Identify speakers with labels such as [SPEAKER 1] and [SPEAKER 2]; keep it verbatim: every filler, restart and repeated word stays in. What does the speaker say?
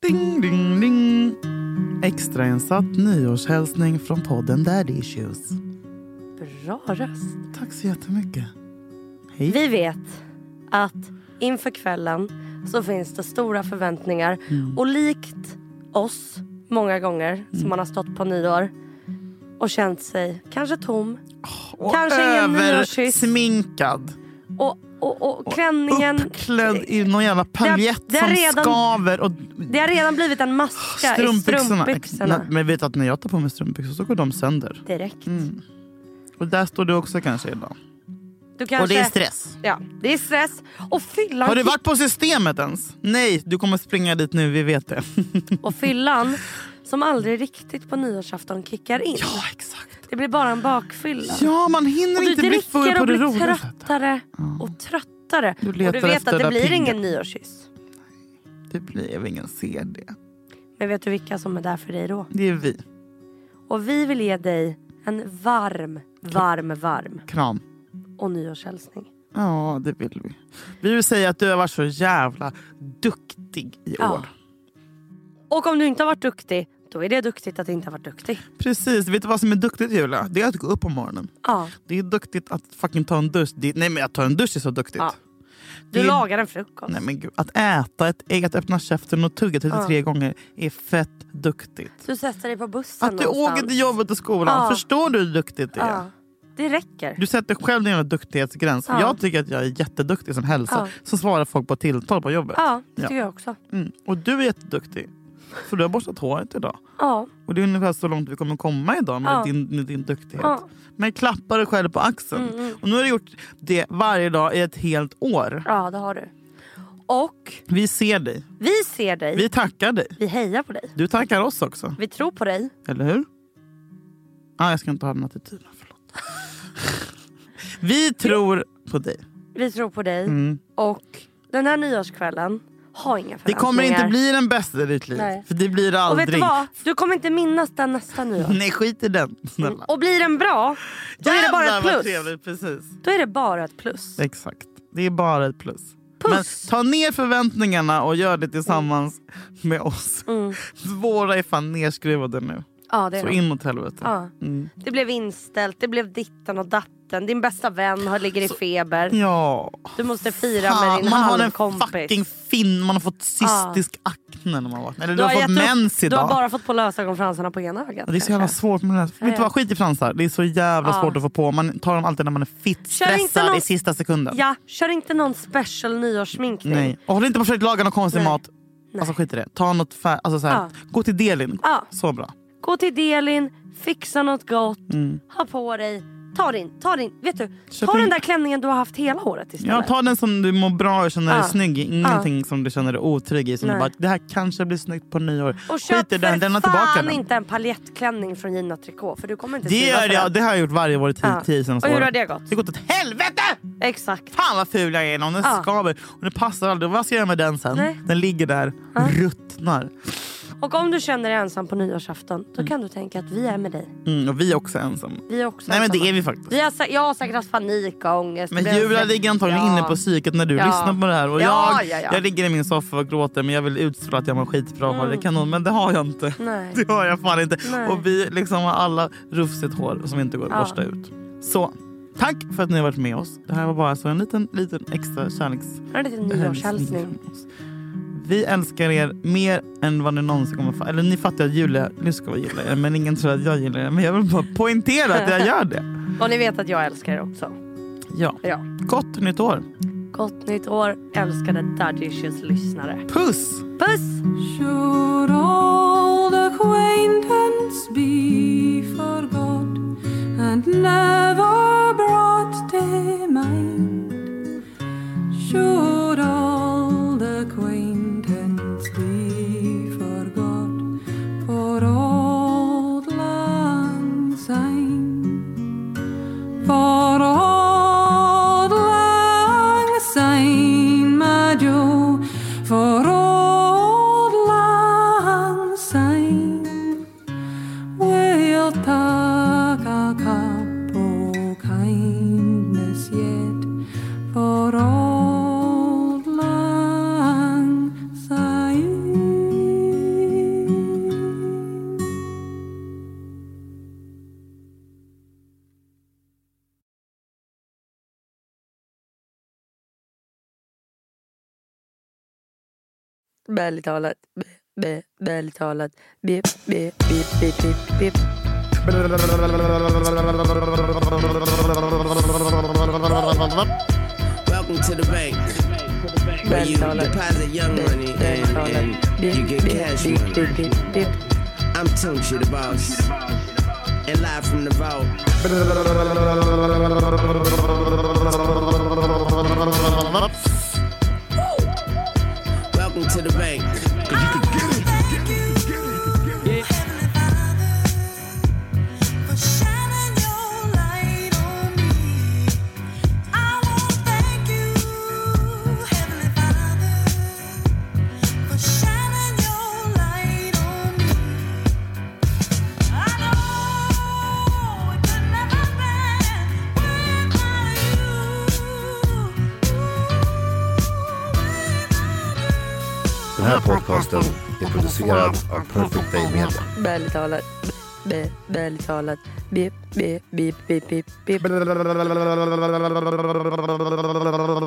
[SPEAKER 1] Ding, ding, ding. Extrainsatt nyårshälsning från podden Daddy Issues.
[SPEAKER 2] Bra röst.
[SPEAKER 1] Tack så jättemycket. Hej.
[SPEAKER 2] Vi vet att inför kvällen så finns det stora förväntningar. Mm. Och likt oss många gånger mm. som man har stått på nyår och känt sig kanske tom.
[SPEAKER 1] Och
[SPEAKER 2] kanske ingen nyårskyss.
[SPEAKER 1] Sminkad.
[SPEAKER 2] Och, och, och klänningen...
[SPEAKER 1] Och uppklädd i någon jävla paljett
[SPEAKER 2] det, det
[SPEAKER 1] som
[SPEAKER 2] redan,
[SPEAKER 1] skaver. Och
[SPEAKER 2] det har redan blivit en maska i strumpbyxorna.
[SPEAKER 1] Men vet att när jag tar på mig strumpbyxor så går de sönder.
[SPEAKER 2] Direkt.
[SPEAKER 1] Mm. Och där står du också kanske idag.
[SPEAKER 2] Du kanske,
[SPEAKER 1] och det är stress.
[SPEAKER 2] Ja, det är stress. Och fyllan...
[SPEAKER 1] Har du varit på systemet ens? Nej, du kommer springa dit nu, vi vet det.
[SPEAKER 2] Och fyllan som aldrig riktigt på nyårsafton kickar in.
[SPEAKER 1] Ja, exakt.
[SPEAKER 2] Det blir bara en bakfylla.
[SPEAKER 1] Ja, man hinner inte bli full på det roliga.
[SPEAKER 2] Och du dricker och blir tröttare
[SPEAKER 1] ja.
[SPEAKER 2] och tröttare.
[SPEAKER 1] Du
[SPEAKER 2] och du vet att det blir pingat. Ingen nyårskyss.
[SPEAKER 1] Det blir ingen C D.
[SPEAKER 2] Men vet du vilka som är där för dig då?
[SPEAKER 1] Det är vi.
[SPEAKER 2] Och vi vill ge dig en varm, varm, varm
[SPEAKER 1] kram
[SPEAKER 2] och nyårshälsning.
[SPEAKER 1] Ja, det vill vi. Vi vill säga att du har varit så jävla duktig i
[SPEAKER 2] ja.
[SPEAKER 1] år.
[SPEAKER 2] Och om du inte har varit duktig, då är det duktigt att inte ha varit duktig.
[SPEAKER 1] Precis, vet du vad som är duktigt, Julia? Det är att gå upp på morgonen.
[SPEAKER 2] Ja.
[SPEAKER 1] Det är duktigt att fucking ta en dusch. Det, nej men att ta en dusch är så duktigt.
[SPEAKER 2] Ja. Du
[SPEAKER 1] det,
[SPEAKER 2] lagar en frukost.
[SPEAKER 1] Nej men gud, att äta ett ägg, att öppna käften och tugga trettiotre ja. gånger är fett duktigt.
[SPEAKER 2] Du sätter dig på bussen
[SPEAKER 1] att du
[SPEAKER 2] någonstans.
[SPEAKER 1] åker till jobbet och skolan. Ja. Förstår du hur duktigt det är? Ja.
[SPEAKER 2] Det räcker.
[SPEAKER 1] Du sätter själv din jävla duktighetsgräns. Ja. Jag tycker att jag är jätteduktig som hälsa. Ja. Så svarar folk på tilltal på jobbet.
[SPEAKER 2] Ja, det tycker ja. jag också.
[SPEAKER 1] Mm. Och du är jätteduktig. För du har borstat håret idag.
[SPEAKER 2] Ja.
[SPEAKER 1] Och det är ungefär så långt vi kommer komma idag med, ja. din, med din duktighet. Ja. Men klappa dig själv på axeln. Mm, mm. Och nu har du gjort det varje dag i ett helt år.
[SPEAKER 2] Ja, det har du. Och
[SPEAKER 1] vi ser dig.
[SPEAKER 2] Vi ser dig.
[SPEAKER 1] Vi tackar dig.
[SPEAKER 2] Vi hejar på dig.
[SPEAKER 1] Du tackar oss också.
[SPEAKER 2] Vi tror på dig.
[SPEAKER 1] Eller hur? Ah, jag ska inte ha den attityden. Förlåt. Vi tror på dig.
[SPEAKER 2] Vi tror på dig. Mm. Och den här nyårskvällen har inga förväntningar.
[SPEAKER 1] Det kommer inte bli den bästa i ditt liv. Nej. För det blir det aldrig.
[SPEAKER 2] Och vet du vad? Du kommer inte minnas den nästa nyår.
[SPEAKER 1] Nej, skit i den. Snälla. Mm.
[SPEAKER 2] Och blir den bra, då
[SPEAKER 1] jävlar,
[SPEAKER 2] är det bara ett plus.
[SPEAKER 1] Trevligt, precis.
[SPEAKER 2] Då är det bara ett plus.
[SPEAKER 1] Exakt. Det är bara ett plus.
[SPEAKER 2] Puss.
[SPEAKER 1] Men ta ner förväntningarna och gör det tillsammans mm. med oss. Mm. Våra är fan nerskruvade nu.
[SPEAKER 2] Ja, det är
[SPEAKER 1] så in åt helvete.
[SPEAKER 2] Ja. Mm. Det blev inställt, det blev ditten och datten. Din bästa vän har ligger i feber.
[SPEAKER 1] Ja.
[SPEAKER 2] Du måste fira fan, med din
[SPEAKER 1] man
[SPEAKER 2] halvkompis.
[SPEAKER 1] Man har en fucking fin, man har fått cystisk ja. akne när man var. Eller du,
[SPEAKER 2] du
[SPEAKER 1] har,
[SPEAKER 2] har
[SPEAKER 1] fått mens idag.
[SPEAKER 2] Du har bara fått på lösögonfransarna på ena ögat.
[SPEAKER 1] Det är så jävla svårt med det här. Vet du vad, skit i fransar. Det är så jävla ja. svårt att få på. Man tar dem alltid när man är fitt stressad någon... i sista sekunden.
[SPEAKER 2] Ja, kör inte någon special nyårssminkning.
[SPEAKER 1] Nej, och håll inte på att försöka laga någon konstig Nej. mat. Nej. Alltså skit i det. Ta något fär... alltså, så här. Ja. Gå till Delin. Ja. Så bra.
[SPEAKER 2] Gå till Delin, fixa något gott, mm. ha på dig, ta din, ta din, vet du, Köp ta in... den där klänningen du har haft hela året istället.
[SPEAKER 1] Ja, ta den som du mår bra och känner dig ah. snygg, ingenting ah. som du känner dig otrygg i, som du bara, det här kanske blir snyggt på nyår.
[SPEAKER 2] Och köp för den, den fan tillbaka inte en paljettklänning från Gina Tricot, för du kommer inte
[SPEAKER 1] det gör jag, det har jag gjort varje år i tio ah. tio
[SPEAKER 2] Och hur har det gått?
[SPEAKER 1] Det har gått åt helvete!
[SPEAKER 2] Exakt.
[SPEAKER 1] Fan vad ful jag är, någon den ah. skaver och det passar aldrig. Vad ska jag göra med den sen? Nej. Den ligger där, ah. ruttnar.
[SPEAKER 2] Och om du känner dig ensam på nyårsafton, då mm. kan du tänka att vi är med dig.
[SPEAKER 1] Mm, och vi är också ensam.
[SPEAKER 2] Vi är också
[SPEAKER 1] Nej,
[SPEAKER 2] ensamma.
[SPEAKER 1] men det är vi faktiskt.
[SPEAKER 2] Vi har, jag har säkert haft panik och ångest.
[SPEAKER 1] Men Julia ligger antagligen ja. inne på psyket när du ja. lyssnar på det här. Och
[SPEAKER 2] ja,
[SPEAKER 1] jag,
[SPEAKER 2] ja, ja.
[SPEAKER 1] jag ligger i min soffa och gråter, men jag vill utstråla att jag mår skitbra. Mm. Det kanon, men det har jag inte.
[SPEAKER 2] Nej.
[SPEAKER 1] Det har jag fan inte.
[SPEAKER 2] Nej.
[SPEAKER 1] Och vi liksom har alla rufsigt hår som inte går att
[SPEAKER 2] ja.
[SPEAKER 1] borsta ut. Så, tack för att ni har varit med oss. Det här var bara så en liten, liten extra kärleks...
[SPEAKER 2] Det är en liten nyårshälsning.
[SPEAKER 1] Vi älskar er mer än vad ni någonsin kommer få. Eller ni fattar att Julia, nu ska vi gilla er, men ingen tror att jag gillar er. Men jag vill bara poängtera att jag gör det.
[SPEAKER 2] Och ni vet att jag älskar er också.
[SPEAKER 1] Ja. ja. Gott nytt år.
[SPEAKER 2] Gott nytt år, älskade Daddy Issues lyssnare.
[SPEAKER 1] Puss!
[SPEAKER 2] Puss!
[SPEAKER 3] Should old acquaintance be forgot and never brought to mind? Should old acquaintance be forgot for old lang syne? For old lang syne, my Joe, for old lang syne, we'll take a cup of
[SPEAKER 2] Bälgtalet. Bä, bälgtalet. Bip, bip, bip, bip, bip, bip.
[SPEAKER 4] Welcome to the bank. Where you deposit young money and, and you get cash money. I'm Tunchi the boss. And live from the vault. Welcome to the bank.
[SPEAKER 5] Den här podcasten är producerad av Perfect Day Media.
[SPEAKER 2] Bälgtalet. Bä, bälgtalet. Bip, bip, bip, bip, bip, bip.